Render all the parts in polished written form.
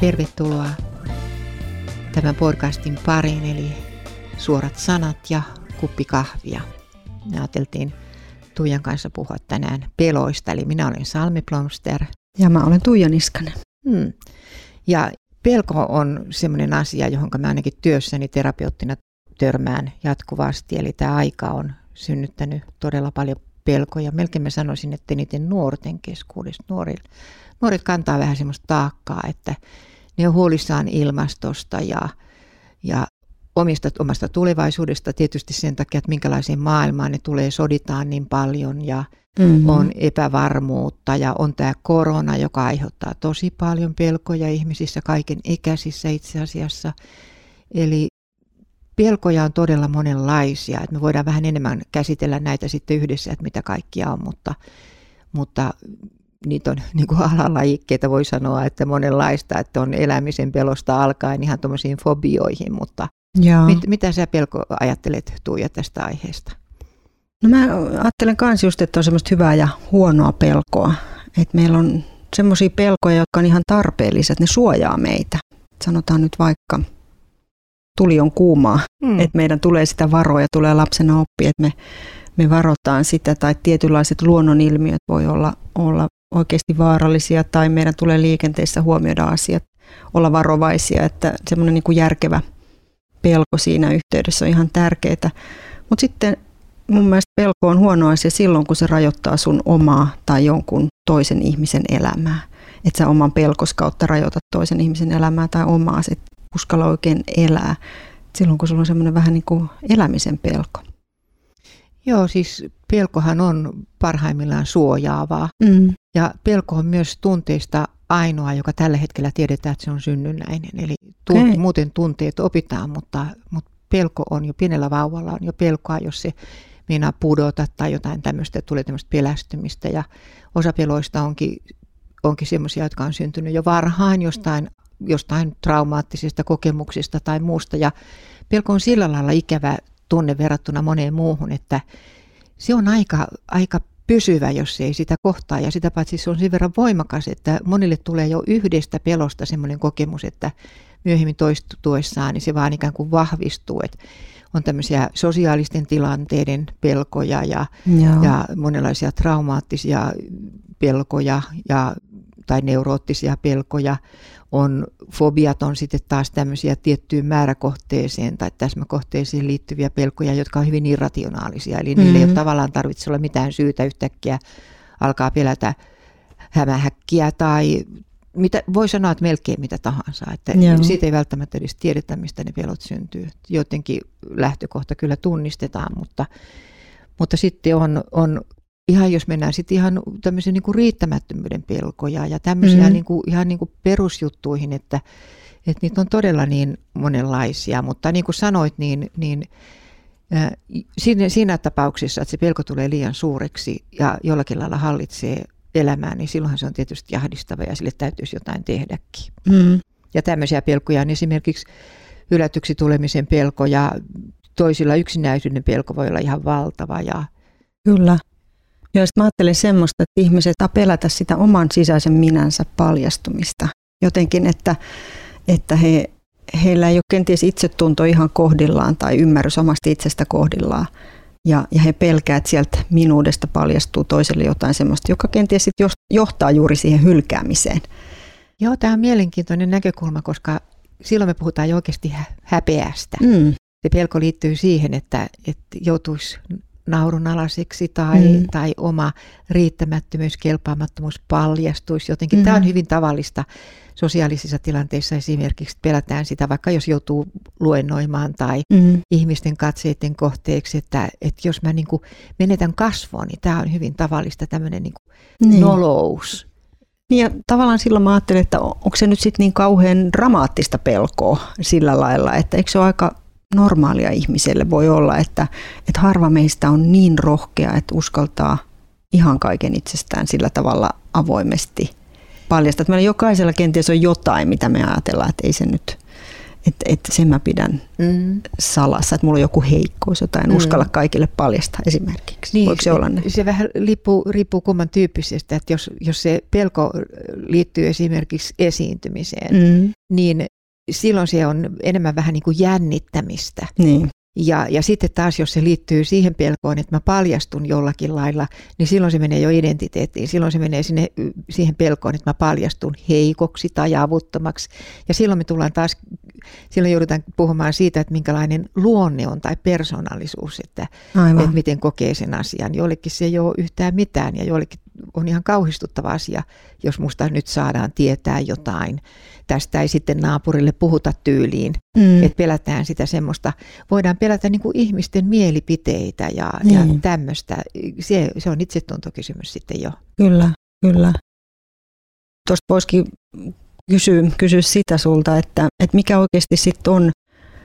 Tervetuloa tämän podcastin pariin, eli suorat sanat ja kuppi kahvia. Me ajateltiin Tuijan kanssa puhua tänään peloista, eli minä olen Salmi Plomster. Ja mä olen Tuija Niskanen. Ja pelko on sellainen asia, johon mä ainakin työssäni terapeuttina törmään jatkuvasti, eli tämä aika on synnyttänyt todella paljon pelkoja. Melkein mä sanoisin, että eniten nuorten keskuudessa. Nuoret kantaa vähän semmoista taakkaa, että ne on huolissaan ilmastosta ja omasta tulevaisuudesta tietysti sen takia, että minkälaiseen maailmaan ne tulee, soditaan niin paljon ja on epävarmuutta ja on tämä korona, joka aiheuttaa tosi paljon pelkoja ihmisissä, kaiken ikäisissä itse asiassa. Eli pelkoja on todella monenlaisia, että me voidaan vähän enemmän käsitellä näitä sitten yhdessä, että mitä kaikkia on, mutta niitä on niin kuin alalajikkeita, voi sanoa, että monenlaista, että on elämisen pelosta alkaen ihan tuommoisiin fobioihin, mutta mitä sä ajattelet, Tuija, tästä aiheesta? No mä ajattelen myös just, että on semmoista hyvää ja huonoa pelkoa, että meillä on semmoisia pelkoja, jotka on ihan tarpeelliset, ne suojaa meitä. Sanotaan nyt vaikka tuli on kuumaa, että meidän tulee sitä varoa ja tulee lapsena oppia, että me varotaan sitä, tai tietynlaiset luonnonilmiöt voi olla oikeasti vaarallisia, tai meidän tulee liikenteessä huomioida asiat, olla varovaisia, että semmoinen niin kuin järkevä pelko siinä yhteydessä on ihan tärkeää. Mutta sitten mun mielestä pelko on huono asia silloin, kun se rajoittaa sun omaa tai jonkun toisen ihmisen elämää. Että sä oman pelkos kautta rajoitat toisen ihmisen elämää tai omaa, et uskalla oikein elää. Silloin, kun sulla on semmoinen vähän niin kuin elämisen pelko. Joo, siis pelkohan on parhaimmillaan suojaavaa. Ja pelko on myös tunteista ainoa, joka tällä hetkellä tiedetään, että se on synnynnäinen. Eli muuten tunteet opitaan, mutta pelko on jo pienellä vauvalla on jo pelkoa, jos se meinaa pudota tai jotain tämmöistä, tulee tämmöistä pelästymistä. Ja osa peloista onkin semmoisia, jotka on syntynyt jo varhain jostain traumaattisesta kokemuksesta tai muusta. Ja pelko on sillä lailla ikävä tunne verrattuna moneen muuhun, että se on aika pysyvä, jos ei sitä kohtaa. Ja sitä paitsi se on sen verran voimakas, että monille tulee jo yhdestä pelosta semmoinen kokemus, että myöhemmin toistuessaan niin se vaan ikään kuin vahvistuu. Että on tämmöisiä sosiaalisten tilanteiden pelkoja ja monenlaisia traumaattisia pelkoja tai neuroottisia pelkoja. Fobiat on sitten taas tämmöisiä tiettyyn määräkohteeseen tai täsmäkohteeseen liittyviä pelkoja, jotka on hyvin irrationaalisia. Eli niille ei ole tavallaan tarvitse olla mitään syytä yhtäkkiä alkaa pelätä hämähäkkiä tai voi sanoa, että melkein mitä tahansa. Että siitä ei välttämättä edes tiedetä, mistä ne pelot syntyy. Jotenkin lähtökohta kyllä tunnistetaan, mutta sitten on ihan jos mennään sitten ihan tämmöisen niin kuin riittämättömyyden pelkoja ja tämmöisiä ihan niin kuin perusjuttuihin, että niitä on todella niin monenlaisia, mutta niin kuin sanoit, niin siinä tapauksessa, että se pelko tulee liian suureksi ja jollakin lailla hallitsee elämää, niin silloinhan se on tietysti jahdistava ja sille täytyisi jotain tehdäkin. Ja tämmöisiä pelkoja on esimerkiksi hylätyksi tulemisen pelko ja toisilla yksinäisyyden pelko voi olla ihan valtava. Kyllä. Ja sitten mä ajattelen semmoista, että ihmiset pelätä sitä oman sisäisen minänsä paljastumista. Jotenkin, että heillä ei ole kenties itsetunto ihan kohdillaan tai ymmärrys omasta itsestä kohdillaan. Ja he pelkää, että sieltä minuudesta paljastuu toiselle jotain semmoista, joka kenties sit johtaa juuri siihen hylkäämiseen. Joo, tämä on mielenkiintoinen näkökulma, koska silloin me puhutaan jo oikeasti häpeästä. Se pelko liittyy siihen, että joutuisi naurunalaiseksi tai oma riittämättömyys, kelpaamattomuus paljastuisi. Jotenkin tämä on hyvin tavallista sosiaalisissa tilanteissa esimerkiksi, pelätään sitä, vaikka jos joutuu luennoimaan tai ihmisten katseiden kohteeksi, että jos mä niin kuin menetän kasvoa, niin tämä on hyvin tavallista tämmöinen niin kuin nolous. Niin ja tavallaan silloin mä ajattelin, että onko se nyt sitten niin kauhean dramaattista pelkoa sillä lailla, että eikö se ole aika normaalia ihmiselle voi olla, että harva meistä on niin rohkea, että uskaltaa ihan kaiken itsestään sillä tavalla avoimesti paljastaa. Meillä jokaisella kenties on jotain, mitä me ajatellaan, että Että sen mä pidän salassa, että mulla on joku heikkous, jota en uskalla kaikille paljastaa esimerkiksi. Niin, voiko se olla ne? Se vähän riippuu kumman tyyppisestä, että jos se pelko liittyy esimerkiksi esiintymiseen, niin silloin se on enemmän vähän niin kuin jännittämistä. Niin. Ja sitten taas, jos se liittyy siihen pelkoon, että mä paljastun jollakin lailla, niin silloin se menee jo identiteettiin. Silloin se menee siihen pelkoon, että mä paljastun heikoksi tai avuttomaksi. Ja silloin me tullaan taas, silloin joudutaan puhumaan siitä, että minkälainen luonne on tai persoonallisuus, että miten kokee sen asian. Jollekin se ei ole yhtään mitään ja jollekin on ihan kauhistuttava asia, jos musta nyt saadaan tietää jotain. Tästä ei sitten naapurille puhuta tyyliin, että pelätään sitä semmoista. Voidaan pelätä niin kuin ihmisten mielipiteitä ja tämmöistä. Se on itsetuntokysymys sitten jo. Kyllä. Tuosta voisikin kysyä sitä sulta, että mikä oikeasti sitten on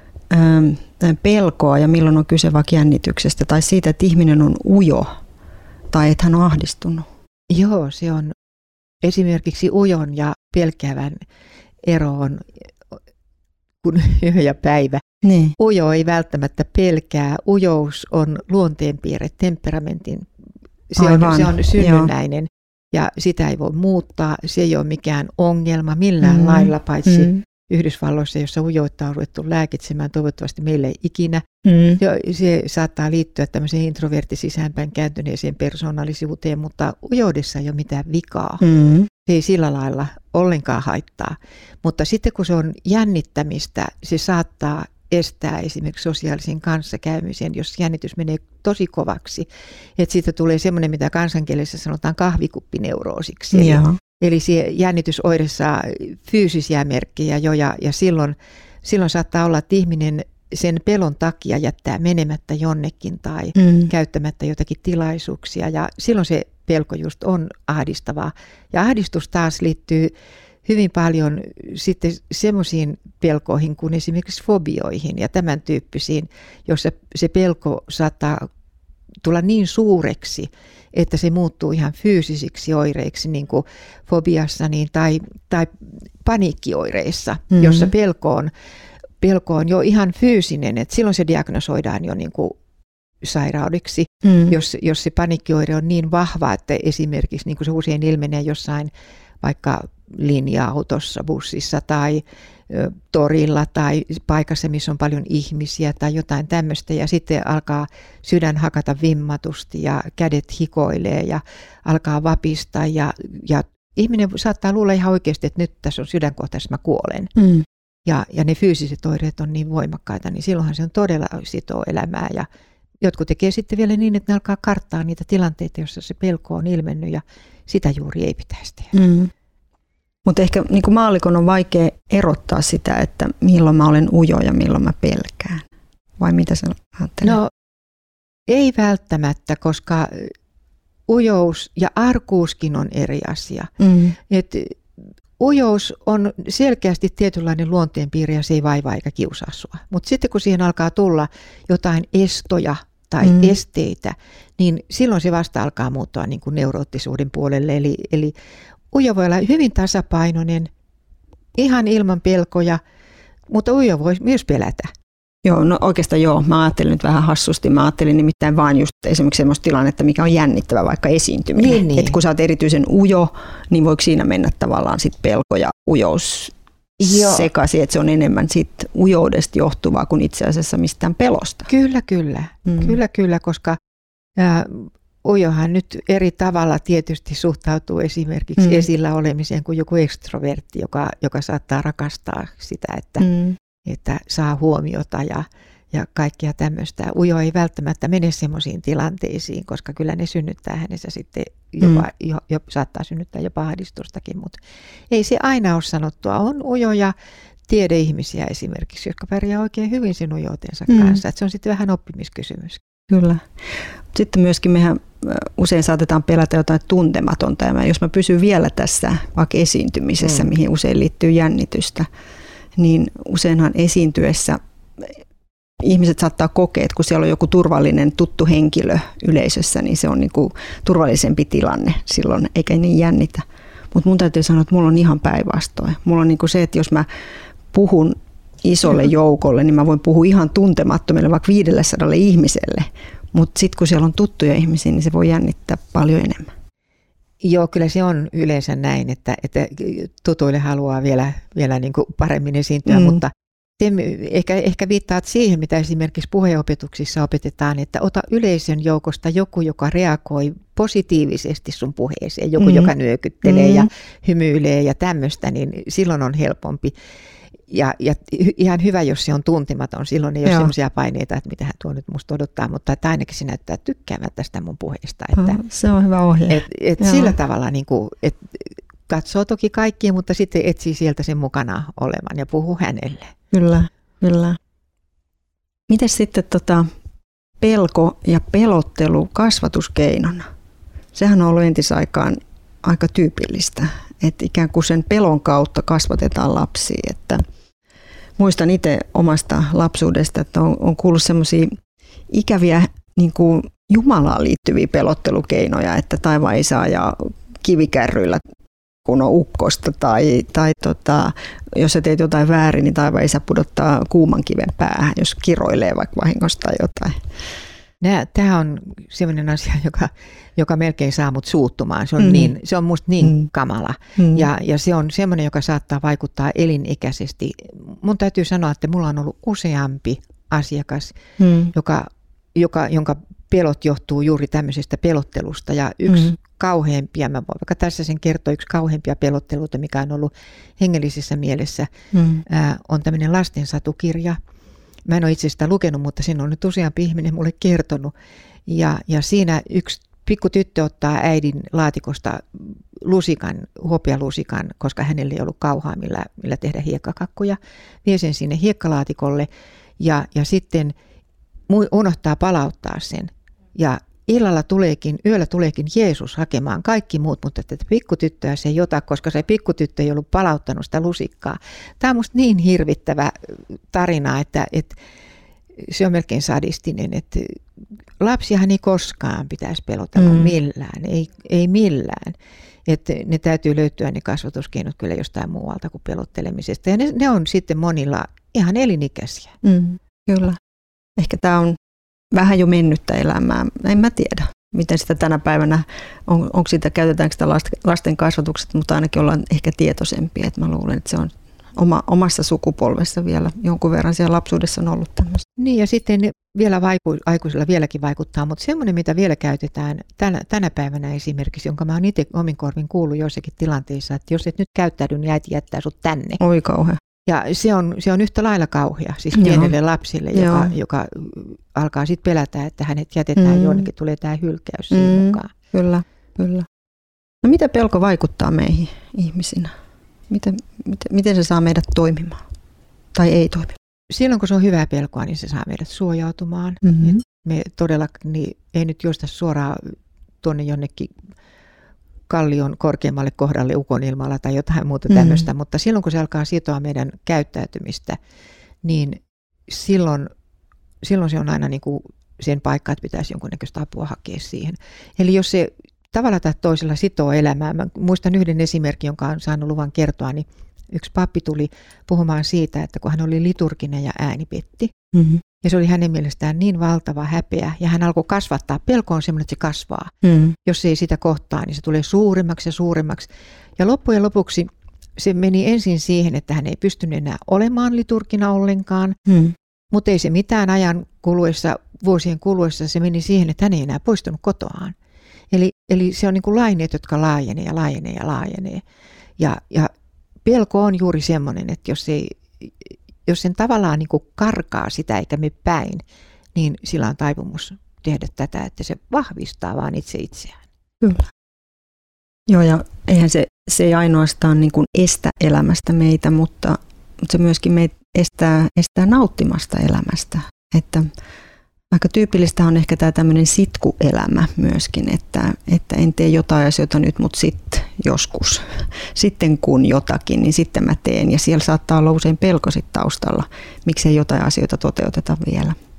pelkoa ja milloin on kyse vaikka jännityksestä tai siitä, että ihminen on ujo tai että hän on ahdistunut. Joo, se on esimerkiksi ujon ja pelkäävän ero on kuin yö ja päivä. Niin. Ujo ei välttämättä pelkää. Ujous on luonteenpiirre, temperamentin. Se on synnynnäinen ja sitä ei voi muuttaa. Se ei ole mikään ongelma millään lailla, paitsi Yhdysvalloissa, jossa ujoutta on ruvettu lääkitsemään, toivottavasti meille ei ikinä. Se saattaa liittyä tämmöiseen introverttisisäänpäin kääntyneeseen persoonallisuuteen, mutta ujoudessa ei ole mitään vikaa. Se ei sillä lailla ollenkaan haittaa. Mutta sitten kun se on jännittämistä, se saattaa estää esimerkiksi sosiaalisen kanssakäymisen, jos jännitys menee tosi kovaksi. Että siitä tulee semmoinen, mitä kansankielessä sanotaan kahvikuppineurosiksi. Eli se jännitysoire saa fyysisiä merkkejä jo ja silloin saattaa olla, että ihminen sen pelon takia jättää menemättä jonnekin tai käyttämättä jotakin tilaisuuksia ja silloin se pelko just on ahdistavaa. Ja ahdistus taas liittyy hyvin paljon sitten semmoisiin pelkoihin kuin esimerkiksi fobioihin ja tämän tyyppisiin, jossa se pelko saattaa tulla niin suureksi, että se muuttuu ihan fyysisiksi oireiksi, niin kuin fobiassa tai paniikkioireissa, jossa pelko on jo ihan fyysinen, että silloin se diagnosoidaan jo niin kuin sairaudeksi, jos se paniikkioire on niin vahva, että esimerkiksi niin kuin se usein ilmenee jossain vaikka linja-autossa, bussissa tai torilla tai paikassa, missä on paljon ihmisiä tai jotain tämmöistä ja sitten alkaa sydän hakata vimmatusti ja kädet hikoilee ja alkaa vapista ja ihminen saattaa luulla ihan oikeasti, että nyt tässä on sydänkohtaisesti mä kuolen. Ja ne fyysiset oireet on niin voimakkaita, niin silloinhan se on todella sitoo elämää ja jotkut tekee sitten vielä niin, että ne alkaa karttaa niitä tilanteita, joissa se pelko on ilmennyt ja sitä juuri ei pitäisi tehdä. Mutta ehkä niin kuin maallikon on vaikea erottaa sitä, että milloin mä olen ujo ja milloin mä pelkään. Vai mitä sä ajattelet? No ei välttämättä, koska ujous ja arkuuskin on eri asia. Et ujous on selkeästi tietynlainen luonteenpiirre ja se ei vaivaa eikä kiusaa sua. Mutta sitten kun siihen alkaa tulla jotain estoja tai esteitä, niin silloin se vasta alkaa muuttua niin kuin neuroottisuuden puolelle. Eli ujo voi olla hyvin tasapainoinen, ihan ilman pelkoja, mutta ujo voi myös pelätä. Joo, no oikeastaan joo. Mä ajattelin nyt vähän hassusti. Mä ajattelin nimittäin vain just esimerkiksi semmoista tilannetta, mikä on jännittävä vaikka esiintyminen. Niin. Että kun sä oot erityisen ujo, niin voiko siinä mennä tavallaan sit pelko ja ujous sekaisin, että se on enemmän sit ujoudesta johtuvaa kuin itse asiassa mistään pelosta. Kyllä, koska ujohan nyt eri tavalla tietysti suhtautuu esimerkiksi esillä olemiseen kuin joku ekstrovertti, joka saattaa rakastaa sitä, että saa huomiota ja kaikkea tämmöistä. Ujo ei välttämättä mene semmoisiin tilanteisiin, koska kyllä ne synnyttää hänessä sitten saattaa synnyttää jopa ahdistustakin, mutta ei se aina ole sanottua. On ujoja tiedeihmisiä esimerkiksi, jotka pärjää oikein hyvin sen ujoutensa kanssa. Että se on sitten vähän oppimiskysymys. Kyllä. Sitten myöskin mehän usein saatetaan pelätä jotain tuntematonta. Ja jos mä pysyn vielä tässä vaikka esiintymisessä, mihin usein liittyy jännitystä, niin useinhan esiintyessä ihmiset saattaa kokea, että kun siellä on joku turvallinen tuttu henkilö yleisössä, niin se on niin kuin turvallisempi tilanne silloin, eikä niin jännitä. Mutta mun täytyy sanoa, että mulla on ihan päinvastoin. Mulla on niin kuin se, että jos mä puhun isolle joukolle, niin mä voin puhua ihan tuntemattomille, vaikka 500 ihmiselle. Mutta sitten kun siellä on tuttuja ihmisiä, niin se voi jännittää paljon enemmän. Joo, kyllä se on yleensä näin, että tutuille haluaa vielä niin kuin paremmin esiintyä, mutta ehkä viittaat siihen, mitä esimerkiksi puheenopetuksissa opetetaan, että ota yleisön joukosta joku, joka reagoi positiivisesti sun puheeseen, joku, joka nyökyttelee ja hymyilee ja tämmöistä, niin silloin on helpompi. Ja ihan hyvä, jos se on tuntematon. Silloin ei ole sellaisia paineita, että mitähän tuo nyt musta odottaa, mutta että ainakin se näyttää tykkäävän tästä mun puheesta. Että, se on hyvä ohje. Sillä tavalla, niin kuin, että katsoo toki kaikkia, mutta sitten etsii sieltä sen mukana olevan ja puhuu hänelle. Kyllä. Miten sitten pelko ja pelottelu kasvatuskeinona? Sehän on ollut entisaikaan aika tyypillistä, että ikään kuin sen pelon kautta kasvatetaan lapsia. Että muistan itse omasta lapsuudesta, että on kuullut semmoisia ikäviä niin kuin Jumalaan liittyviä pelottelukeinoja, että taivaan isä ja kivikärryillä kun on ukkosta tai jos sä teet jotain väärin, niin taivaan isä pudottaa kuuman kiven päähän, jos kiroilee vaikka vahingosta tai jotain. Tämä on sellainen asia, joka melkein saa mut suuttumaan. Se on musta niin kamala. Ja se on semmoinen, joka saattaa vaikuttaa elinikäisesti. Mun täytyy sanoa, että mulla on ollut useampi asiakas, jonka pelot johtuu juuri tämmöisestä pelottelusta. Ja yksi kauheimpia, mä voin vaikka tässä sen kertoa, yksi kauheimpia pelotteluita, mikä on ollut hengellisessä mielessä, on tämmöinen lastensatukirja. Mä en ole itse sitä lukenut, mutta sen on nyt useampi ihminen mulle kertonut. Ja siinä yksi pikku tyttö ottaa äidin laatikosta hopealusikan, koska hänellä ei ollut kauhaa, millä tehdä hiekkakakkuja. Vie sen sinne hiekkalaatikolle ja sitten unohtaa palauttaa sen. Ja yöllä tuleekin Jeesus hakemaan kaikki muut, mutta tätä pikkutyttöä se ei ota, koska se pikkutyttö ei ollut palauttanut sitä lusikkaa. Tämä on musta niin hirvittävä tarina, että se on melkein sadistinen. Että lapsiahan ei koskaan pitäisi pelotella millään, ei millään. Että ne täytyy löytyä ne kasvatuskeinot kyllä jostain muualta kuin pelottelemisesta. Ja ne on sitten monilla ihan elinikäisiä. Kyllä. Ehkä tämä on vähän jo mennyttä elämää. En mä tiedä, miten sitä tänä päivänä, käytetäänkö sitä lasten kasvatuksesta, mutta ainakin ollaan ehkä tietoisempia. Että mä luulen, että se on omassa sukupolvessa vielä jonkun verran siellä lapsuudessa on ollut tämmöistä. Niin ja sitten vielä aikuisilla vieläkin vaikuttaa, mutta semmoinen, mitä vielä käytetään tänä päivänä esimerkiksi, jonka mä oon itse omin korvin kuullut joissakin tilanteissa, että jos et nyt käyttäydy, niin äiti jättää sut tänne. Oi kauhea. Ja se on yhtä lailla kauhea, siis pienelle lapsille, joka alkaa sitten pelätä, että hänet jätetään jonnekin, tulee tämä hylkäys siihen mukaan. Kyllä. No miten pelko vaikuttaa meihin ihmisinä? Miten se saa meidät toimimaan tai ei toimi? Silloin kun se on hyvää pelkoa, niin se saa meidät suojautumaan. Me todella ei nyt juosta suoraan tuonne jonnekin kallion korkeammalle kohdalle ukonilmalla tai jotain muuta tämmöistä, mutta silloin kun se alkaa sitoa meidän käyttäytymistä, niin silloin se on aina niin kuin sen paikka, että pitäisi jonkunnäköistä apua hakea siihen. Eli jos se tavalla tai toisella sitoo elämää, mä muistan yhden esimerkin, jonka on saanut luvan kertoa, niin yksi pappi tuli puhumaan siitä, että kun hän oli liturginen ja ääni petti, ja se oli hänen mielestään niin valtava häpeä, ja hän alkoi kasvattaa. Pelko on semmoinen, että se kasvaa. Jos ei sitä kohtaa, niin se tulee suuremmaksi ja suuremmaksi. Ja loppujen lopuksi se meni ensin siihen, että hän ei pystynyt enää olemaan liturgina ollenkaan, mutta ei se mitään ajan kuluessa, vuosien kuluessa, se meni siihen, että hän ei enää poistunut kotoaan. Eli se on niin kuin laineet, jotka laajenee ja laajenee ja laajenee. Ja pelko on juuri semmoinen, että jos sen tavallaan niin kuin karkaa sitä eikä me päin, niin sillä on taipumus tehdä tätä, että se vahvistaa vaan itseään. Kyllä. Joo, ja eihän se ei ainoastaan niin kuin estä elämästä meitä, mutta se myöskin meitä estää nauttimasta elämästä. Että aika tyypillistä on ehkä tämä tämmöinen sitkuelämä myöskin, että en tee jotain asioita nyt, mutta sitten joskus. Sitten kun jotakin, niin sitten mä teen. Ja siellä saattaa olla usein pelko sitten taustalla, miksei jotain asioita toteuteta vielä.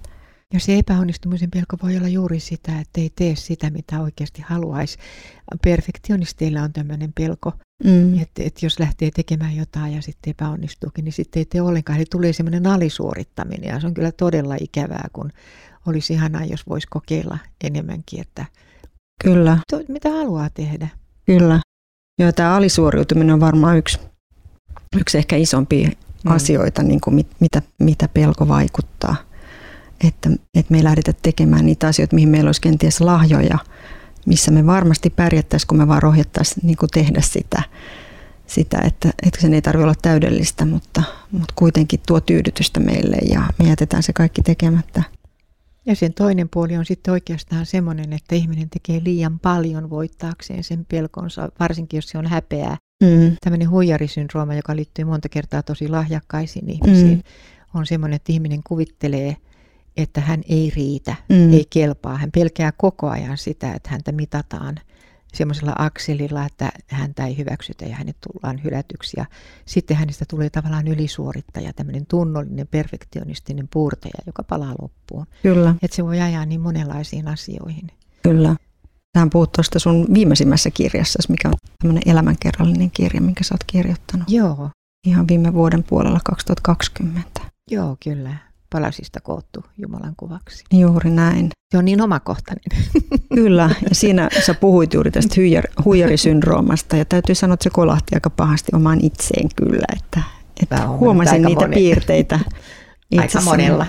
Ja se epäonnistumisen pelko voi olla juuri sitä, että ei tee sitä, mitä oikeasti haluaisi. Perfektionisteilla on tämmöinen pelko, että jos lähtee tekemään jotain ja sitten epäonnistuukin, niin sitten ei tee ollenkaan. Eli tulee semmoinen alisuorittaminen ja se on kyllä todella ikävää, kun olisi ihanaa, jos voisi kokeilla enemmänkin, että kyllä. Mitä haluaa tehdä. Kyllä. Joo, tämä alisuoriutuminen on varmaan yksi ehkä isompia asioita, niin kuin mitä pelko vaikuttaa. Että me ei lähdetä tekemään niitä asioita, mihin meillä olisi kenties lahjoja, missä me varmasti pärjättäisiin, kun me vaan rohjettaisiin niin kuin tehdä sitä että sen ei tarvitse olla täydellistä, mutta kuitenkin tuo tyydytystä meille ja me jätetään se kaikki tekemättä. Ja sen toinen puoli on sitten oikeastaan semmoinen, että ihminen tekee liian paljon voittaakseen sen pelkonsa, varsinkin jos se on häpeää. Tämmöinen huijarisyndrooma, joka liittyy monta kertaa tosi lahjakkaisiin ihmisiin, on semmoinen, että ihminen kuvittelee, että hän ei riitä, ei kelpaa. Hän pelkää koko ajan sitä, että häntä mitataan semmoisella akselilla, että häntä ei hyväksytä ja hänet tullaan hylätyksi. Ja sitten hänestä tulee tavallaan ylisuorittaja, tämmöinen tunnollinen, perfektionistinen puurtaja, joka palaa loppuun. Kyllä. Että se voi ajaa niin monenlaisiin asioihin. Kyllä. Tähän puhut tuosta sun viimeisimmässä kirjassa, mikä on tämmöinen elämänkerrallinen kirja, minkä sä oot kirjoittanut. Joo. Ihan viime vuoden puolella 2020. Joo, kyllä. Palasista koottu Jumalan kuvaksi. Juuri näin. Se on niin omakohtainen. Kyllä, ja siinä sä puhuit juuri tästä huijarisyndroomasta, ja täytyy sanoa, että se kolahti aika pahasti omaan itseen kyllä, että huomasin niitä piirteitä aika monella.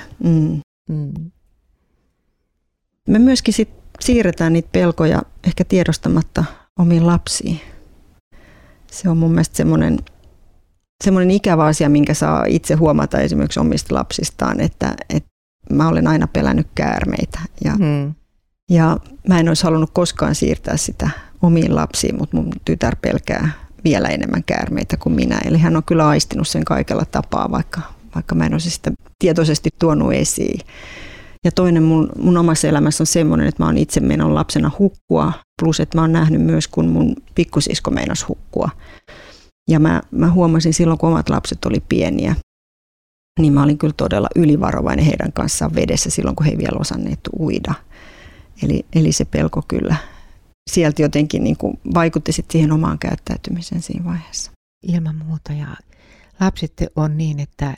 Me myöskin siirretään niitä pelkoja ehkä tiedostamatta omiin lapsiin. Se on mun mielestä semmoinen ikävä asia, minkä saa itse huomata esimerkiksi omista lapsistaan, että mä olen aina pelännyt käärmeitä ja mä en olisi halunnut koskaan siirtää sitä omiin lapsiin, mutta mun tytär pelkää vielä enemmän käärmeitä kuin minä. Eli hän on kyllä aistinut sen kaikella tapaa, vaikka mä en olisi sitä tietoisesti tuonut esiin. Ja toinen mun omassa elämässä on semmoinen, että mä oon itse meinannut lapsena hukkua, plus että mä oon nähnyt myös, kun mun pikkusisko meinasi hukkua. Ja mä huomasin silloin, kun omat lapset oli pieniä, niin mä olin kyllä todella ylivarovainen heidän kanssaan vedessä silloin, kun he ei vielä osanneet uida. Eli se pelko kyllä sieltä jotenkin niin kuin vaikutti sitten siihen omaan käyttäytymiseen siinä vaiheessa. Ilman muuta. Ja lapset on niin, että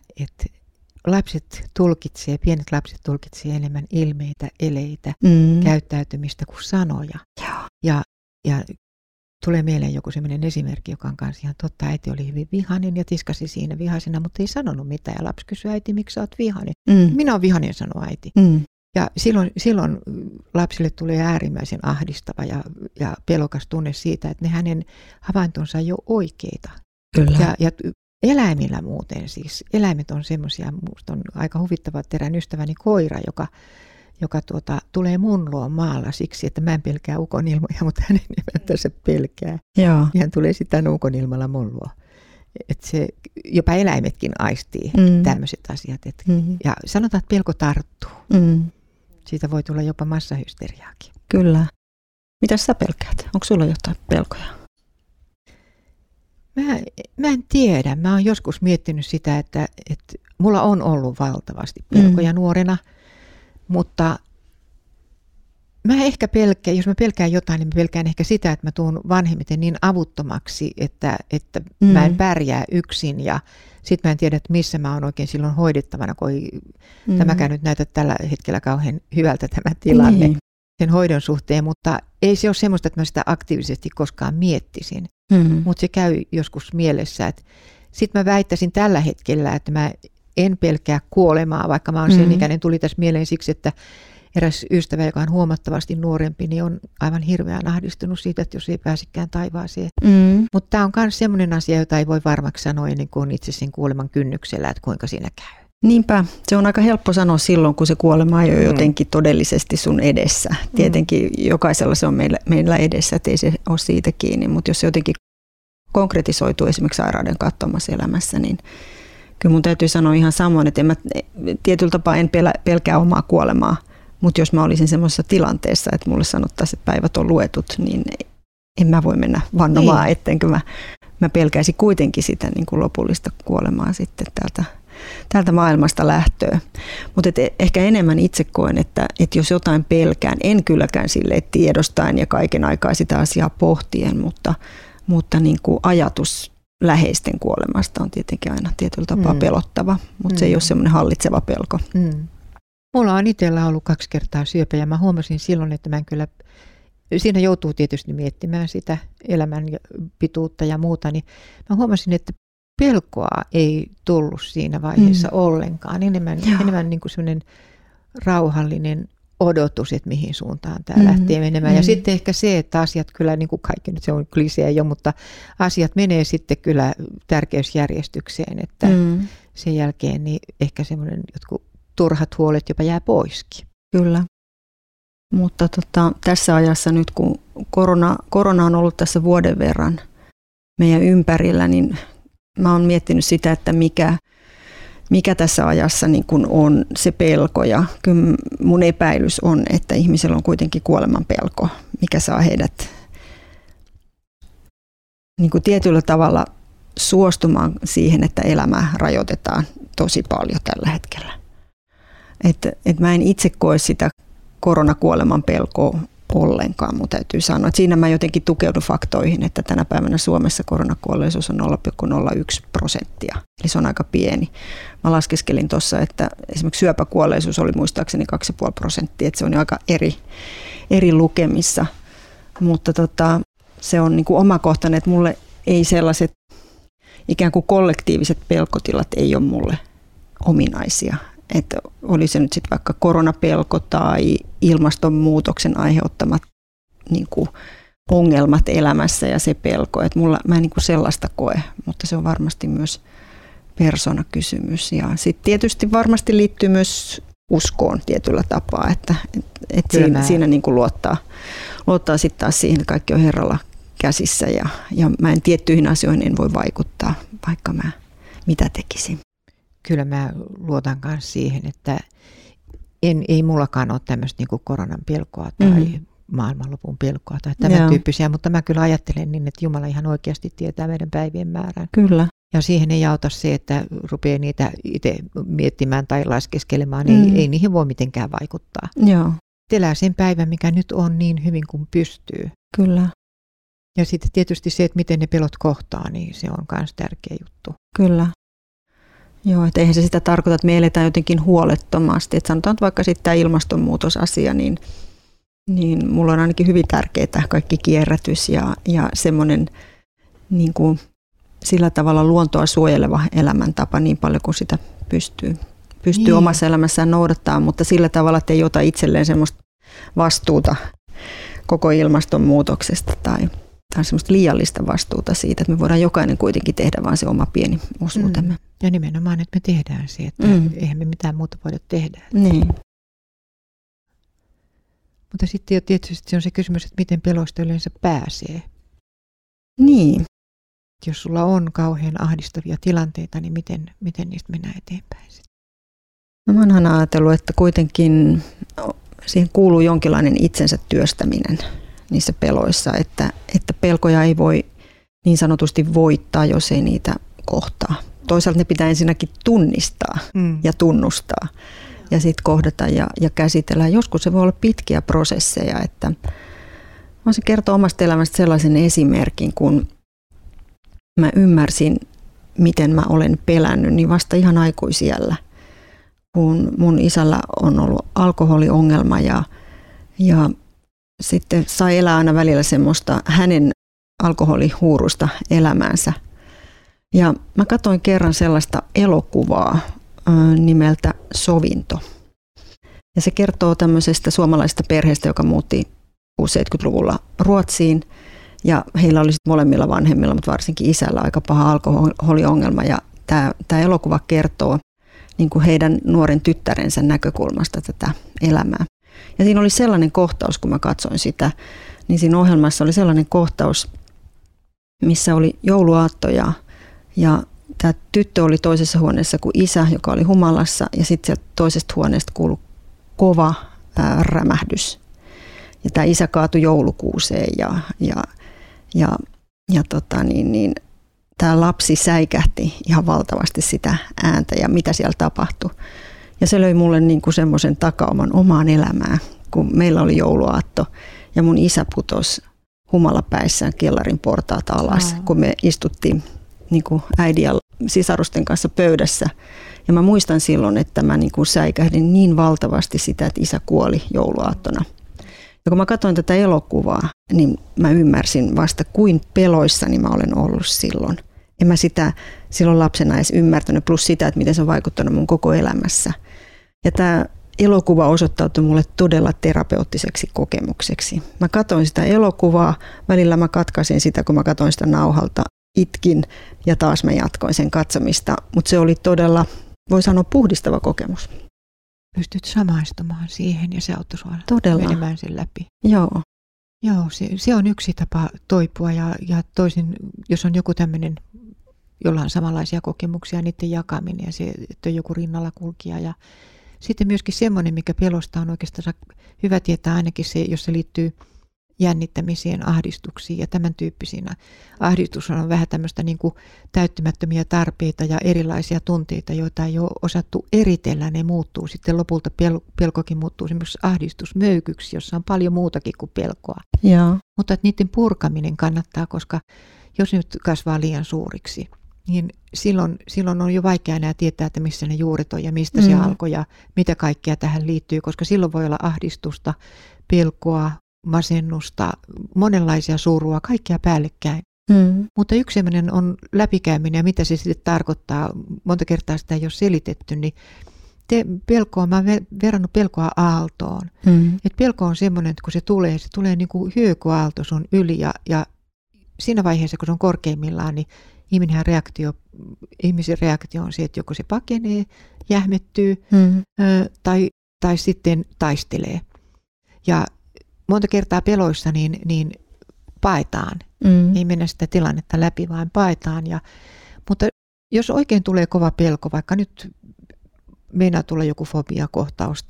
pienet lapset tulkitsee enemmän ilmeitä, eleitä, käyttäytymistä kuin sanoja. Ja tulee mieleen joku sellainen esimerkki, joka on kanssa ihan totta. Äiti oli hyvin vihainen ja tiskasi siinä vihaisena, mutta ei sanonut mitään. Ja lapsi kysyi, äiti, miksi sä oot vihainen? Minä olen vihainen, sanoi äiti. Ja silloin lapsille tulee äärimmäisen ahdistava ja pelokas tunne siitä, että ne hänen havaintonsa ei ole oikeita. Kyllä. Ja eläimillä muuten siis. Eläimet on semmoisia, minusta on aika huvittava, että erään ystäväni koira, joka tulee mun luon maalla siksi, että mä en pelkää ukonilmoja, mutta hänen emäntänsä pelkää. Joo. Ja hän tulee sitten ukonilmalla mun luo. Että se, jopa eläimetkin aistii tämmöiset asiat. Ja sanotaan, että pelko tarttuu. Siitä voi tulla jopa massahysteriaakin. Kyllä. Mitä sä pelkäät? Onko sulla jotain pelkoja? Mä en tiedä. Mä oon joskus miettinyt sitä, että mulla on ollut valtavasti pelkoja nuorena. Mutta jos mä pelkään jotain, niin mä pelkään ehkä sitä, että mä tuun vanhemmiten niin avuttomaksi, että mä en pärjää yksin ja sit mä en tiedä, että missä mä oon oikein silloin hoidettavana, kun tämäkään nyt näytä tällä hetkellä kauhean hyvältä tämä tilanne sen hoidon suhteen, mutta ei se ole semmoista, että mä sitä aktiivisesti koskaan miettisin, mutta se käy joskus mielessä, että sit mä väittäisin tällä hetkellä, että mä en pelkää kuolemaa, vaikka mä oon sen ikäinen. Tuli tässä mieleen siksi, että eräs ystävä, joka on huomattavasti nuorempi, niin on aivan hirveän ahdistunut siitä, että jos ei pääsekään taivaaseen. Mutta tämä on myös sellainen asia, jota ei voi varmaksi sanoa ennen kuin on itse sen kuoleman kynnyksellä, että kuinka siinä käy. Niinpä, se on aika helppo sanoa silloin, kun se kuolema ei ole jotenkin todellisesti sun edessä. Tietenkin jokaisella se on meillä edessä, että ei se ole siitä kiinni, mutta jos se jotenkin konkretisoituu esimerkiksi sairauden katsomassa elämässä, niin kyllä mun täytyy sanoa ihan samoin, että tietyllä tapaa en pelkää omaa kuolemaa, mutta jos mä olisin semmoisessa tilanteessa, että mulle sanottaisiin, että päivät on luetut, niin en mä voi mennä vannomaan, ettenkö mä pelkäisin kuitenkin sitä niin kuin lopullista kuolemaa sitten täältä tältä maailmasta lähtöä. Mutta ehkä enemmän itse koen, että jos jotain pelkään, en kylläkään silleen tiedostaen ja kaiken aikaa sitä asiaa pohtien, mutta niin kuin ajatus läheisten kuolemasta on tietenkin aina tietyllä tapaa pelottava, mutta se ei ole semmoinen hallitseva pelko. Mulla on itsellä ollut 2 kertaa syöpä ja mä huomasin silloin, että mä en kyllä, siinä joutuu tietysti miettimään sitä elämän pituutta ja muuta, niin mä huomasin, että pelkoa ei tullut siinä vaiheessa ollenkaan. Enemmän niin kuin semmoinen rauhallinen odotus, että mihin suuntaan tämä lähtee menemään. Ja sitten ehkä se, että asiat kyllä, niin kuin kaikki nyt se on klisee jo, mutta asiat menee sitten kyllä tärkeysjärjestykseen, että sen jälkeen niin ehkä semmoinen jotkut turhat huolet jopa jää poiskin. Kyllä. Mutta tässä ajassa nyt, kun korona on ollut tässä vuoden verran meidän ympärillä, niin mä oon miettinyt sitä, että mikä tässä ajassa niin kun on se pelko. Ja kyllä mun epäilys on, että ihmisellä on kuitenkin kuoleman pelko, mikä saa heidät niin kuin tietyllä tavalla suostumaan siihen, että elämää rajoitetaan tosi paljon tällä hetkellä. Et mä en itse koe sitä koronakuoleman pelkoa ollenkaan, mun täytyy sanoa. Et siinä mä jotenkin tukeudun faktoihin, että tänä päivänä Suomessa koronakuolleisuus on 0,01%. Eli se on aika pieni. Mä laskeskelin tuossa, että esimerkiksi syöpäkuolleisuus oli muistaakseni 2,5%, että se on aika eri lukemissa. Mutta se on niin kuin omakohtainen, että mulle ei sellaiset ikään kuin kollektiiviset pelkotilat ei ole mulle ominaisia. Että oli se nyt sitten vaikka koronapelko tai ilmastonmuutoksen aiheuttamat niin kuin ongelmat elämässä ja se pelko. Että mä en niin kuin sellaista koe, mutta se on varmasti myös persoonakysymys. Ja sitten tietysti varmasti liittyy myös uskoon tietyllä tapaa, että siinä niin kuin luottaa sitten taas siihen, että kaikki on Herralla käsissä ja mä en tiettyihin asioihin en voi vaikuttaa, vaikka mä mitä tekisin. Kyllä mä luotan myös siihen, että ei mullakaan ole tämmöistä niin kuin koronan pelkoa tai maailmanlopun pelkoa tai tämän tyyppisiä, mutta mä kyllä ajattelen niin, että Jumala ihan oikeasti tietää meidän päivien määrän. Kyllä. Ja siihen ei auta se, että rupeaa niitä itse miettimään tai laskeskelemaan, ei niihin voi mitenkään vaikuttaa. Joo. Elää sen päivän, mikä nyt on niin hyvin kuin pystyy. Kyllä. Ja sitten tietysti se, että miten ne pelot kohtaa, niin se on myös tärkeä juttu. Kyllä. Joo, että eihän se sitä tarkoita, että me eletään jotenkin huolettomasti. Että sanotaan vaikka sitten tämä ilmastonmuutosasia, niin mulla on ainakin hyvin tärkeää kaikki kierrätys ja semmoinen niin kuin sillä tavalla luontoa suojeleva elämäntapa niin paljon kuin sitä pystyy omassa elämässään noudattaa, mutta sillä tavalla, että ei ota itselleen semmoista vastuuta koko ilmastonmuutoksesta tai semmoista liiallista vastuuta siitä, että me voidaan jokainen kuitenkin tehdä vaan se oma pieni osuutemme. Ja nimenomaan, että me tehdään se, että eihän me mitään muuta voida tehdä. Niin. Mutta sitten tietysti on se kysymys, että miten peloista yleensä pääsee. Niin. Jos sulla on kauhean ahdistavia tilanteita, niin miten niistä mennään eteenpäin? No, mä oon aina ajatellut, että kuitenkin siihen kuuluu jonkinlainen itsensä työstäminen niissä peloissa, että pelkoja ei voi niin sanotusti voittaa, jos ei niitä kohtaa. Toisaalta ne pitää ensinnäkin tunnistaa ja tunnustaa ja sitten kohdata ja käsitellä. Joskus se voi olla pitkiä prosesseja. Että mä voisin kertoa omasta elämästä sellaisen esimerkin, kun mä ymmärsin, miten mä olen pelännyt, niin vasta ihan aikuisiällä. Kun mun isällä on ollut alkoholiongelma ja sitten sai elää aina välillä semmoista hänen alkoholihuurusta elämäänsä. Ja mä katsoin kerran sellaista elokuvaa nimeltä Sovinto. Ja se kertoo tämmöisestä suomalaisesta perheestä, joka muutti 70-luvulla Ruotsiin. Ja heillä oli molemmilla vanhemmilla, mutta varsinkin isällä aika paha alkoholiongelma. Ja tämä elokuva kertoo niin kuin heidän nuoren tyttärensä näkökulmasta tätä elämää. Ja siinä oli sellainen kohtaus, kun mä katsoin sitä, niin siinä ohjelmassa oli sellainen kohtaus, missä oli jouluaatto ja tämä tyttö oli toisessa huoneessa kuin isä, joka oli humalassa, ja sitten sieltä toisesta huoneesta kuului kova rämähdys. Ja tämä isä kaatui joulukuuseen ja tämä lapsi säikähti ihan valtavasti sitä ääntä ja mitä siellä tapahtui. Ja se löi mulle niin kuin semmoisen takauman omaan elämään, kun meillä oli jouluaatto ja mun isä putosi humalapäissään kellarin portaat alas, kun me istuttiin niin kuin äidin ja sisarusten kanssa pöydässä. Ja mä muistan silloin, että mä niin kuin säikähdin niin valtavasti sitä, että isä kuoli jouluaattona. Ja kun mä katsoin tätä elokuvaa, niin mä ymmärsin vasta, kuin peloissani mä olen ollut silloin. En mä sitä silloin lapsena edes ymmärtänyt, plus sitä, että miten se on vaikuttanut mun koko elämässä. Ja tämä elokuva osoittautui mulle todella terapeuttiseksi kokemukseksi. Mä katsoin sitä elokuvaa, välillä mä katkaisin sitä, kun mä katsoin sitä nauhalta, itkin ja taas mä jatkoin sen katsomista. Mutta se oli todella, voi sanoa, puhdistava kokemus. Pystyt samaistumaan siihen ja se auttoi sua menemään sen läpi. Joo. Joo, se on yksi tapa toipua ja toisin, jos on joku tämmöinen, jolla on samanlaisia kokemuksia, niiden jakaminen ja se, että on joku rinnalla kulkija. Ja sitten myöskin semmoinen, mikä pelosta on oikeastaan hyvä tietää ainakin se, jos se liittyy jännittämiseen, ahdistuksiin ja tämän tyyppisiin. Ahdistus on vähän tämmöistä niin kuin täyttämättömiä tarpeita ja erilaisia tunteita, joita ei ole osattu eritellä. Ne muuttuu sitten lopulta, pelkokin muuttuu esimerkiksi ahdistusmöykyksi, jossa on paljon muutakin kuin pelkoa. Joo. Mutta että niiden purkaminen kannattaa, koska jos nyt kasvaa liian suuriksi, niin silloin on jo vaikea enää tietää, että missä ne juuret on ja mistä se alkoi ja mitä kaikkea tähän liittyy, koska silloin voi olla ahdistusta, pelkoa, masennusta, monenlaisia surua, kaikkia päällekkäin. Mutta yksi sellainen on läpikäyminen ja mitä se sitten tarkoittaa. Monta kertaa sitä ei ole selitetty, niin mä oon verrannut pelkoa aaltoon. Et pelko on semmoinen, että kun se tulee niin kuin hyökyaalto sun yli ja siinä vaiheessa, kun se on korkeimmillaan, niin ihmisen reaktio on se, että joko se pakenee, jähmettyy tai sitten taistelee. Ja monta kertaa peloissa niin paetaan. Ei mennä sitä tilannetta läpi, vaan paetaan. Mutta jos oikein tulee kova pelko, vaikka nyt meinaa tulla joku fobiakohtaus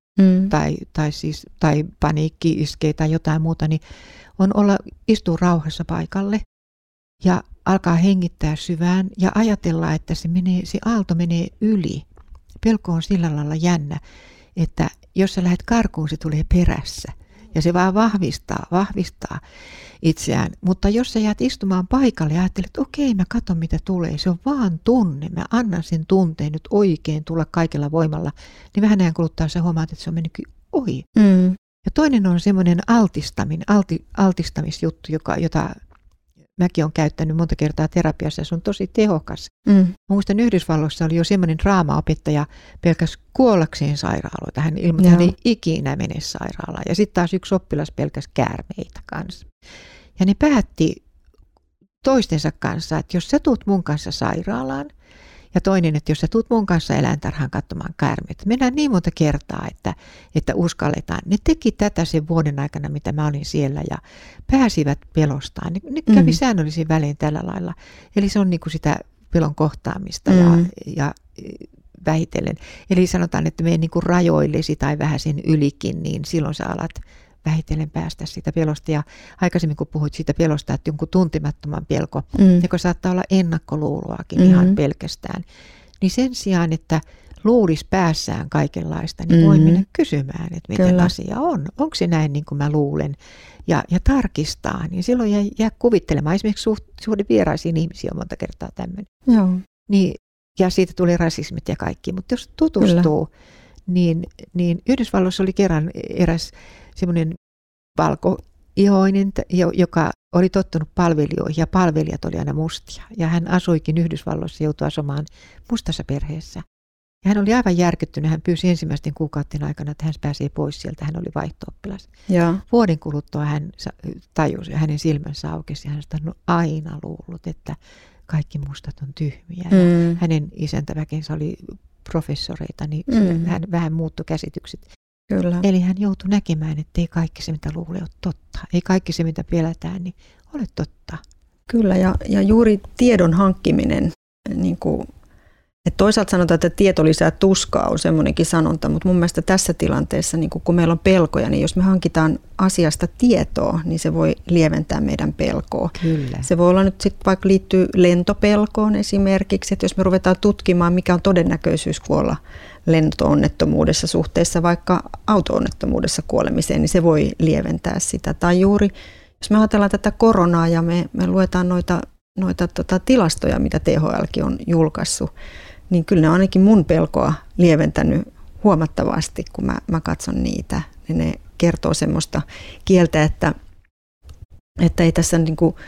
tai paniikki iskee tai jotain muuta, niin on istua rauhassa paikalle ja alkaa hengittää syvään ja ajatella, että se aalto menee yli. Pelko on sillä lailla jännä, että jos sä lähdet karkuun, se tulee perässä. Ja se vaan vahvistaa itseään. Mutta jos sä jäät istumaan paikalle ja ajattelet, että okei, mä katson mitä tulee, se on vaan tunne, mä annan sen tunteen nyt oikein tulla kaikella voimalla, niin vähän ajan kuluttaa sä huomaat, että se on mennytkin ohi. Ja toinen on semmoinen altistamisjuttu, jota mäkin olen käyttänyt monta kertaa terapiassa ja se on tosi tehokas. Mä muistan Yhdysvalloissa oli jo semmoinen draamaopettaja pelkäs kuollakseen sairaaloita. Hän ilmoitti, että hän ei ikinä mene sairaalaan. Ja sitten taas yksi oppilas pelkäs käärmeitä kanssa. Ja ne päätti toistensa kanssa, että jos sä tuut mun kanssa sairaalaan, ja toinen, että jos sä tuut mun kanssa eläintarhaan katsomaan käärmeitä. Mennään niin monta kertaa, että uskalletaan. Ne teki tätä sen vuoden aikana, mitä mä olin siellä ja pääsivät pelostaan. Ne kävi säännöllisin välein tällä lailla. Eli se on niin kuin sitä pelon kohtaamista ja vähitellen. Eli sanotaan, että me niin kuin rajoillesi tai vähän sen ylikin, niin silloin sä alat vähitellen päästä siitä pelosta. Ja aikaisemmin kun puhuit siitä pelosta, että jonkun tuntemattoman pelko, joka saattaa olla ennakkoluuloakin ihan pelkästään, niin sen sijaan, että luulisi päässään kaikenlaista, niin voi mennä kysymään, että miten asia on. Onko se näin niin kuin mä luulen? Ja tarkistaa, niin silloin jää kuvittelemaan. Esimerkiksi suhde vieraisiin ihmisiin on monta kertaa tämmöinen. Joo. Niin, ja siitä tuli rasismit ja kaikki. Mutta jos tutustuu, niin Yhdysvalloissa oli kerran eräs semmoinen valkoihoinen, joka oli tottunut palvelijoihin ja palvelijat oli aina mustia. Ja hän asuikin Yhdysvalloissa ja joutui asumaan mustassa perheessä. Ja hän oli aivan järkyttynyt. Hän pyysi ensimmäisten kuukauden aikana, että hän pääsee pois sieltä. Hän oli vaihto-oppilas. Ja vuoden kuluttua hän tajusi, hänen silmänsä aukesi ja hän on aina luullut, että kaikki mustat on tyhmiä. Ja hänen isäntäväkensä oli professoreita, niin hän vähän muuttui käsitykset. Kyllä. Eli hän joutui näkemään, että ei kaikki se, mitä luulee, ole totta. Ei kaikki se, mitä pelätään, niin ole totta. Kyllä, ja juuri tiedon hankkiminen niin kuin Et toisaalta sanotaan, että tieto lisää tuskaa on semmoinenkin sanonta, mutta mun mielestä tässä tilanteessa, niin kun meillä on pelkoja, niin jos me hankitaan asiasta tietoa, niin se voi lieventää meidän pelkoa. Kyllä. Se voi olla nyt sitten vaikka liittyy lentopelkoon esimerkiksi, että jos me ruvetaan tutkimaan, mikä on todennäköisyys kuolla lentoonnettomuudessa suhteessa vaikka auto-onnettomuudessa kuolemiseen, niin se voi lieventää sitä. Tai juuri, jos me ajatellaan tätä koronaa ja me luetaan noita tilastoja, mitä THLkin on julkaissut, niin kyllä ne on ainakin mun pelkoa lieventänyt huomattavasti, kun mä katson niitä. Ja ne kertoo semmoista kieltä, että ei tässä niin kuin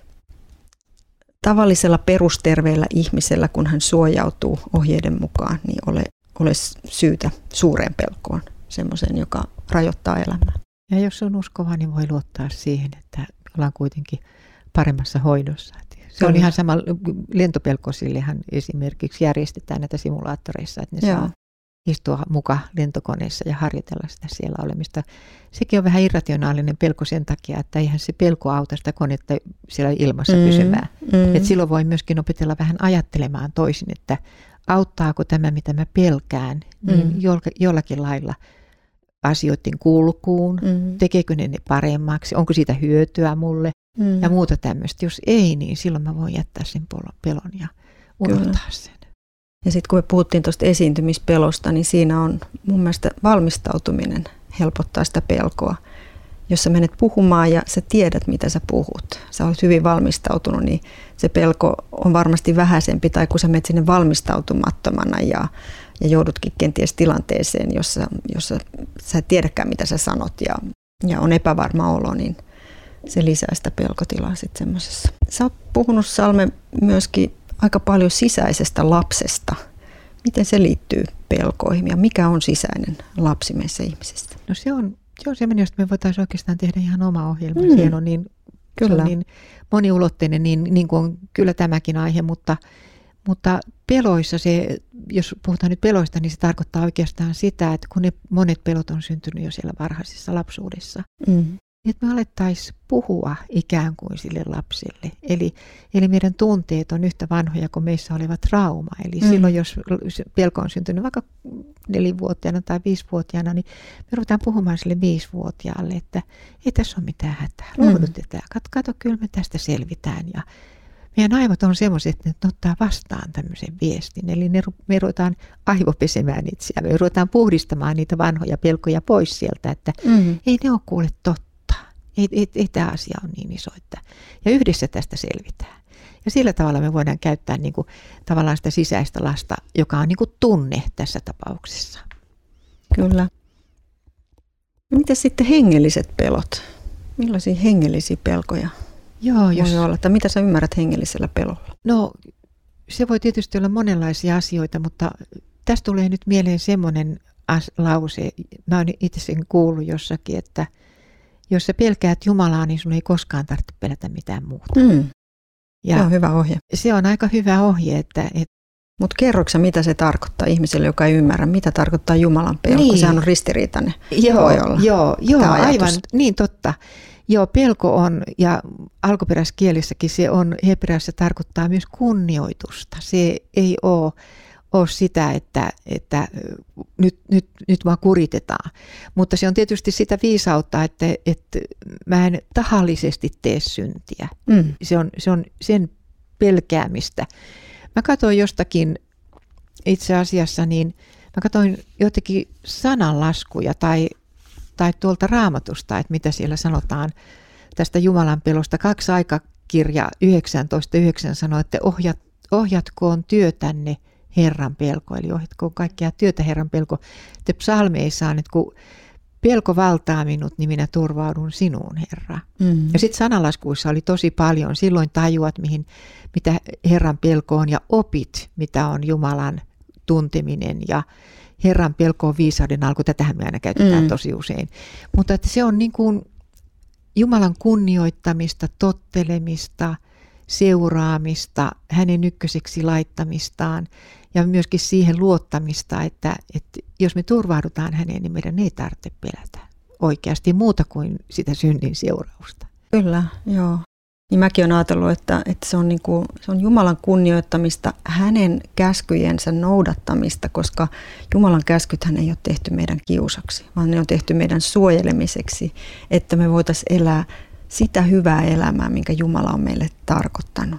tavallisella perusterveellä ihmisellä, kun hän suojautuu ohjeiden mukaan, niin ole syytä suureen pelkoon, semmoiseen, joka rajoittaa elämää. Ja jos on uskova, niin voi luottaa siihen, että ollaan kuitenkin paremmassa hoidossa. Se on ihan sama, lentopelkosillehan esimerkiksi järjestetään näitä simulaattoreissa, että ne saa istua muka lentokoneessa ja harjoitella sitä siellä olemista. Sekin on vähän irrationaalinen pelko sen takia, että eihän se pelko auta sitä konetta siellä ilmassa pysymään. Et silloin voi myöskin opetella vähän ajattelemaan toisin, että auttaako tämä, mitä mä pelkään, niin jollakin lailla asioiden kulkuun, tekeekö ne paremmaksi, onko siitä hyötyä mulle ja muuta tämmöistä. Jos ei, niin silloin mä voin jättää sen pelon ja unohtaa sen. Ja sitten kun me puhuttiin tuosta esiintymispelosta, niin siinä on mun mielestä valmistautuminen helpottaa sitä pelkoa. Jos sä menet puhumaan ja sä tiedät, mitä sä puhut, sä olet hyvin valmistautunut, niin se pelko on varmasti vähäisempi. Tai kun sä menet sinne valmistautumattomana ja joudutkin kenties tilanteeseen, jossa sä et tiedäkään, mitä sä sanot ja on epävarma olo, niin se lisää sitä pelkotilaa sitten semmoisessa. Sä oot puhunut, Salme, myöskin aika paljon sisäisestä lapsesta. Miten se liittyy pelkoihin ja mikä on sisäinen lapsi meissä ihmisistä? No se on semmoinen, josta me voitaisiin oikeastaan tehdä ihan oma ohjelma. Siihen on niin, kyllä. Se on niin moniulotteinen, niin kuin on kyllä tämäkin aihe, mutta peloissa se, jos puhutaan nyt peloista, niin se tarkoittaa oikeastaan sitä, että kun ne monet pelot on syntynyt jo siellä varhaisessa lapsuudessa, niin että me alettaisiin puhua ikään kuin sille lapselle. Eli meidän tunteet on yhtä vanhoja kuin meissä oleva trauma. Eli silloin, jos pelko on syntynyt vaikka 4-vuotiaana tai 5-vuotiaana, niin me ruvetaan puhumaan sille 5-vuotiaalle, että ei tässä ole mitään hätää. Lohdutetaan. Kato, kyllä me tästä selvitään. Ja meidän aivot on semmoiset, että ne ottaa vastaan tämmöisen viestin. Eli me ruvetaan aivopesemään itseään. Me ruvetaan puhdistamaan niitä vanhoja pelkoja pois sieltä, että ei ne ole kuule totta. Ei tämä asia ole niin iso, ja yhdessä tästä selvitään. Ja sillä tavalla me voidaan käyttää niin kuin, tavallaan sitä sisäistä lasta, joka on niin kuin tunne tässä tapauksessa. Kyllä. No, miten sitten hengelliset pelot? Millaisia hengellisiä pelkoja voi olla? Tai mitä sä ymmärrät hengellisellä pelolla? No, se voi tietysti olla monenlaisia asioita, mutta tästä tulee nyt mieleen semmoinen lause. Mä oon itse sen kuullut jossakin, että jos sä pelkäät Jumalaa, niin sun ei koskaan tarvitse pelätä mitään muuta. Se on hyvä ohje. Se on aika hyvä ohje. Mutta kerroksä, mitä se tarkoittaa ihmiselle, joka ei ymmärrä, mitä tarkoittaa Jumalan pelko? Niin. Sehän on ristiriitainen. Joo, aivan niin totta. Joo, pelko on, ja alkuperäiskielissäkin se on, hebreassa tarkoittaa myös kunnioitusta. Se ei ole sitä, että nyt vaan kuritetaan. Mutta se on tietysti sitä viisautta, että mä en tahallisesti tee syntiä. Se on sen pelkäämistä. Mä katsoin jostakin itse asiassa, niin mä katsoin jotenkin sananlaskuja tai tuolta Raamatusta, että mitä siellä sanotaan tästä Jumalan pelosta. 2 aikakirja 19.9 sanoo, että ohjatkoon työtänne Herran pelko, eli ohjatkoon kaikkea työtä Herran pelko. Te psalmeissaan, että kun pelko valtaa minut, niin minä turvaudun sinuun, Herra. Ja sitten sananlaskuissa oli tosi paljon. Silloin tajuat, mitä Herran pelko on, ja opit, mitä on Jumalan tunteminen. Ja Herran pelko on viisauden alku. Tätähän me aina käytetään tosi usein. Mutta että se on niin kuin Jumalan kunnioittamista, tottelemista, seuraamista, hänen ykköseksi laittamistaan ja myöskin siihen luottamista, että jos me turvaudutaan häneen, niin meidän ei tarvitse pelätä oikeasti muuta kuin sitä synnin seurausta. Kyllä, joo. Niin mäkin olen ajatellut, että se on Jumalan kunnioittamista, hänen käskyjensä noudattamista, koska Jumalan käskythän ei ole tehty meidän kiusaksi, vaan ne on tehty meidän suojelemiseksi, että me voitaisiin elää sitä hyvää elämää, minkä Jumala on meille tarkoittanut.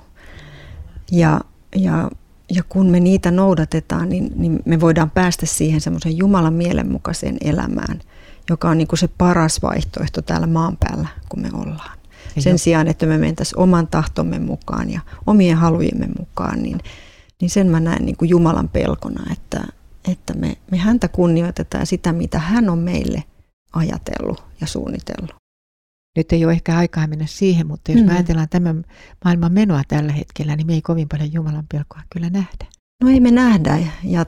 Ja kun me niitä noudatetaan, niin me voidaan päästä siihen semmoisen Jumalan mielenmukaiseen elämään, joka on niin kuin se paras vaihtoehto täällä maan päällä, kun me ollaan. Sen sijaan, että me mentäisiin oman tahtomme mukaan ja omien halujemme mukaan, niin sen mä näen niin kuin Jumalan pelkona, että me häntä kunnioitetaan sitä, mitä hän on meille ajatellut ja suunnitellut. Nyt ei ole ehkä aikaa mennä siihen, mutta jos me ajatellaan tämän maailman menoa tällä hetkellä, niin me ei kovin paljon Jumalan pelkoa kyllä nähdä. No ei me nähdä. Ja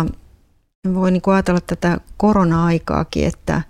voi niin kuin ajatella tätä korona-aikaakin, että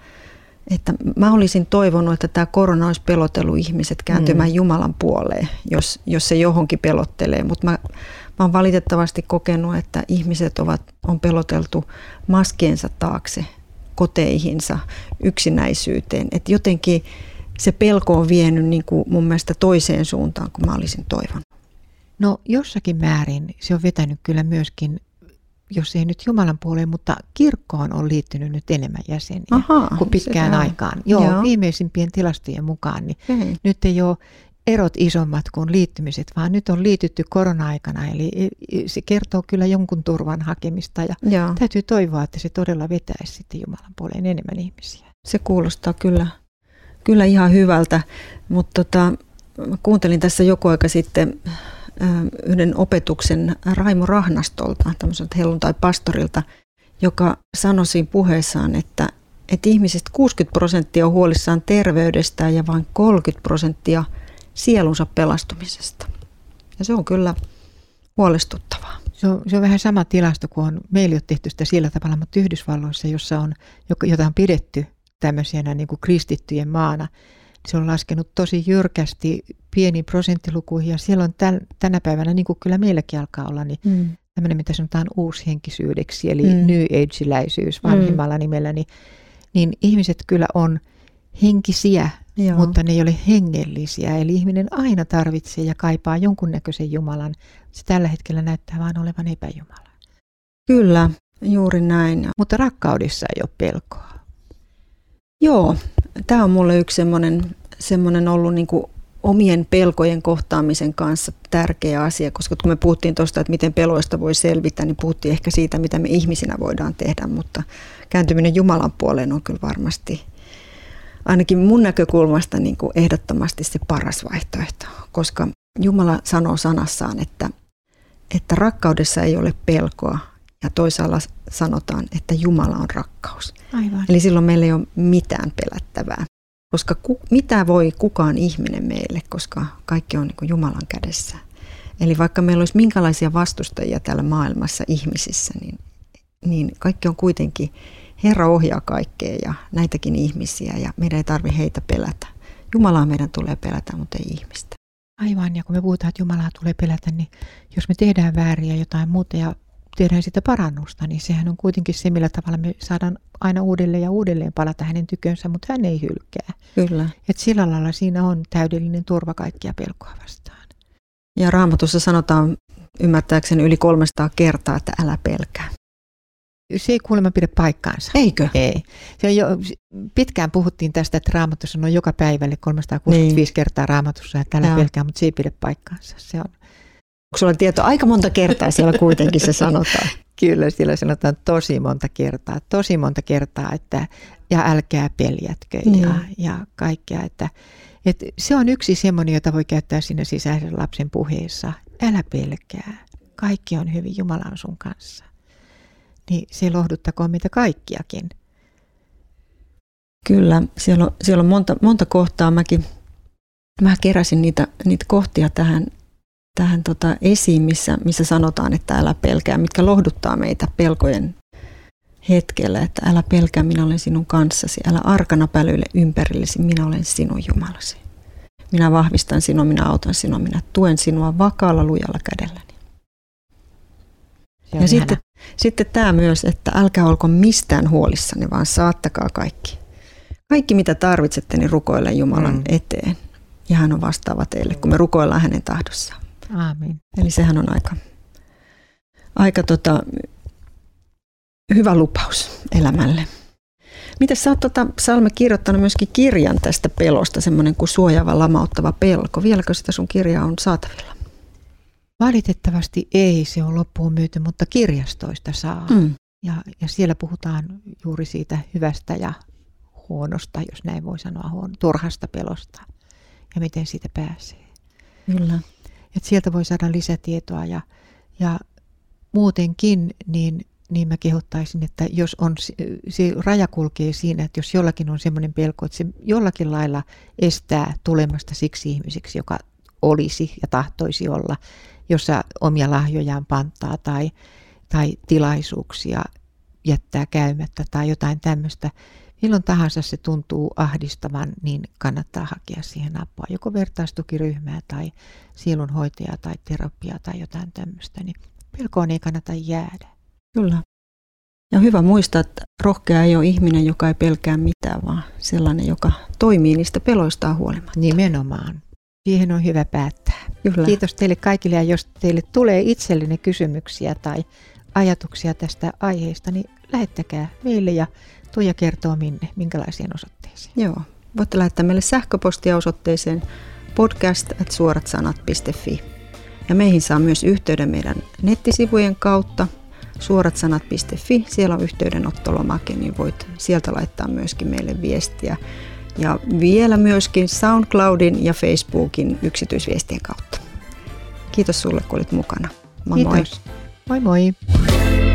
mä olisin toivonut, että tämä korona olisi pelotellut ihmiset kääntymään Jumalan puoleen, jos se johonkin pelottelee. Mutta mä oon valitettavasti kokenut, että ihmiset on peloteltu maskiensa taakse, koteihinsa, yksinäisyyteen. Että jotenkin se pelko on vienyt niin kuin mun mielestä toiseen suuntaan, kuin mä olisin toivonut. No jossakin määrin se on vetänyt kyllä myöskin, jos ei nyt Jumalan puoleen, mutta kirkkoon on liittynyt nyt enemmän jäseniä kuin pitkään aikaan. Joo, viimeisimpien tilastojen mukaan. Niin nyt ei ole erot isommat kuin liittymiset, vaan nyt on liitytty korona-aikana. Eli se kertoo kyllä jonkun turvan hakemista ja täytyy toivoa, että se todella vetäisi sitten Jumalan puoleen enemmän ihmisiä. Se kuulostaa kyllä ihan hyvältä, mutta mä kuuntelin tässä joku aika sitten yhden opetuksen Raimo Rahnastolta, tämmöiseltä helluntai-pastorilta, joka sanoi siinä puheessaan, että ihmisistä 60% on huolissaan terveydestään ja vain 30% sielunsa pelastumisesta. Ja se on kyllä huolestuttavaa. Se on vähän sama tilasto kuin on, meillä ei ole tehty sitä sillä tavalla, mutta Yhdysvalloissa, jota on pidetty tämmöisenä niin kuin kristittyjen maana, se on laskenut tosi jyrkästi pieniin prosenttilukuihin ja siellä on tänä päivänä, niin kuin kyllä meilläkin alkaa olla, niin tämmöinen, mitä sanotaan uushenkisyydeksi, eli New Age-läisyys vanhimmalla nimellä, niin ihmiset kyllä on henkisiä, mutta ne ei ole hengellisiä. Eli ihminen aina tarvitsee ja kaipaa jonkunnäköisen Jumalan. Se tällä hetkellä näyttää vain olevan epäjumala. Kyllä, juuri näin. Mutta rakkaudessa ei ole pelkoa. Joo, tämä on mulle yksi semmoinen ollut niin kuin omien pelkojen kohtaamisen kanssa tärkeä asia, koska kun me puhuttiin tuosta, että miten peloista voi selvitä, niin puhuttiin ehkä siitä, mitä me ihmisinä voidaan tehdä, mutta kääntyminen Jumalan puoleen on kyllä varmasti ainakin mun näkökulmasta niin kuin ehdottomasti se paras vaihtoehto, koska Jumala sanoo sanassaan, että rakkaudessa ei ole pelkoa ja toisaalla sanotaan, että Jumala on rakkaus. Aivan. Eli silloin meillä ei ole mitään pelättävää, koska mitä voi kukaan ihminen meille, koska kaikki on niin kuin Jumalan kädessä. Eli vaikka meillä olisi minkälaisia vastustajia täällä maailmassa ihmisissä, niin kaikki on kuitenkin, Herra ohjaa kaikkea ja näitäkin ihmisiä ja meidän ei tarvitse heitä pelätä. Jumalaa meidän tulee pelätä, mutta ei ihmistä. Aivan, ja kun me puhutaan, että Jumalaa tulee pelätä, niin jos me tehdään vääriä jotain muuta ja tehdään sitä parannusta, niin sehän on kuitenkin se, millä tavalla me saadaan aina uudelleen ja uudelleen palata hänen tykönsä, mutta hän ei hylkää. Kyllä. Et sillä lailla siinä on täydellinen turva kaikkia pelkoa vastaan. Ja Raamatussa sanotaan ymmärtääkseni yli 300 kertaa, että älä pelkää. Se ei kuulemma pidä paikkaansa. Eikö? Ei. Pitkään puhuttiin tästä, että Raamatussa on joka päivälle 365 kertaa Raamatussa, että älä pelkää, mutta se ei pidä paikkaansa. Se on. Onko sulla tieto? Aika monta kertaa siellä kuitenkin se sanotaan. Kyllä, siellä sanotaan tosi monta kertaa, että ja älkää peljätkö ja kaikkea. Että se on yksi semmoinen, jota voi käyttää siinä sisäisen lapsen puheessa. Älä pelkää, kaikki on hyvin, Jumala on sun kanssa. Niin se lohduttakoon meitä kaikkiakin. Kyllä, siellä on monta kohtaa. Mä keräsin niitä kohtia tähän esiin, missä sanotaan, että älä pelkää, mitkä lohduttaa meitä pelkojen hetkellä, että älä pelkää, minä olen sinun kanssasi, älä arkana pälyille ympärillesi, minä olen sinun Jumalasi. Minä vahvistan sinua, minä autan sinua, minä tuen sinua vakaalla lujalla kädelläni. Ja sitten tämä myös, että älkää olko mistään huolissanne, vaan saattakaa kaikki. Kaikki, mitä tarvitsette, niin rukoile Jumalan eteen. ja hän on vastaava teille, kun me rukoillaan hänen tahdossaan. Aamen. Eli sehän on aika hyvä lupaus elämälle. Mitäs sä oot Salme kirjoittanut myöskin kirjan tästä pelosta, semmoinen kuin suojaava, lamauttava pelko. Vieläkö sitä sun kirjaa on saatavilla? Valitettavasti ei, se on loppuun myyty, mutta kirjastoista saa. Ja siellä puhutaan juuri siitä hyvästä ja huonosta, jos näin voi sanoa, turhasta pelosta ja miten siitä pääsee. Kyllä. Et sieltä voi saada lisätietoa ja muutenkin niin mä kehottaisin, että jos on, se raja kulkee siinä, että jos jollakin on semmoinen pelko, että se jollakin lailla estää tulemasta siksi ihmiseksi, joka olisi ja tahtoisi olla, jossa omia lahjojaan panttaa tai tilaisuuksia jättää käymättä tai jotain tämmöistä. Milloin tahansa se tuntuu ahdistavan, niin kannattaa hakea siihen apua, joko vertaistukiryhmää tai sielunhoitajaa tai terapiaa tai jotain tämmöistä, niin pelkoon ei kannata jäädä. Kyllä. Ja hyvä muistaa, että rohkea ei ole ihminen, joka ei pelkää mitään, vaan sellainen, joka toimii niistä peloistaan huolimatta. Nimenomaan. Siihen on hyvä päättää. Kyllä. Kiitos teille kaikille, ja jos teille tulee itsellenne kysymyksiä tai ajatuksia tästä aiheesta, niin lähettäkää meille ja Tuija kertoo minkälaiseen osoitteeseen. Joo, voitte lähettää meille sähköpostia osoitteeseen podcast@suoratsanat.fi. Ja meihin saa myös yhteyden meidän nettisivujen kautta suoratsanat.fi. Siellä on yhteydenottolomake, niin voit sieltä laittaa myöskin meille viestiä. Ja vielä myöskin SoundCloudin ja Facebookin yksityisviestien kautta. Kiitos sulle, kun olit mukana. Moi. Kiitos. Moi moi.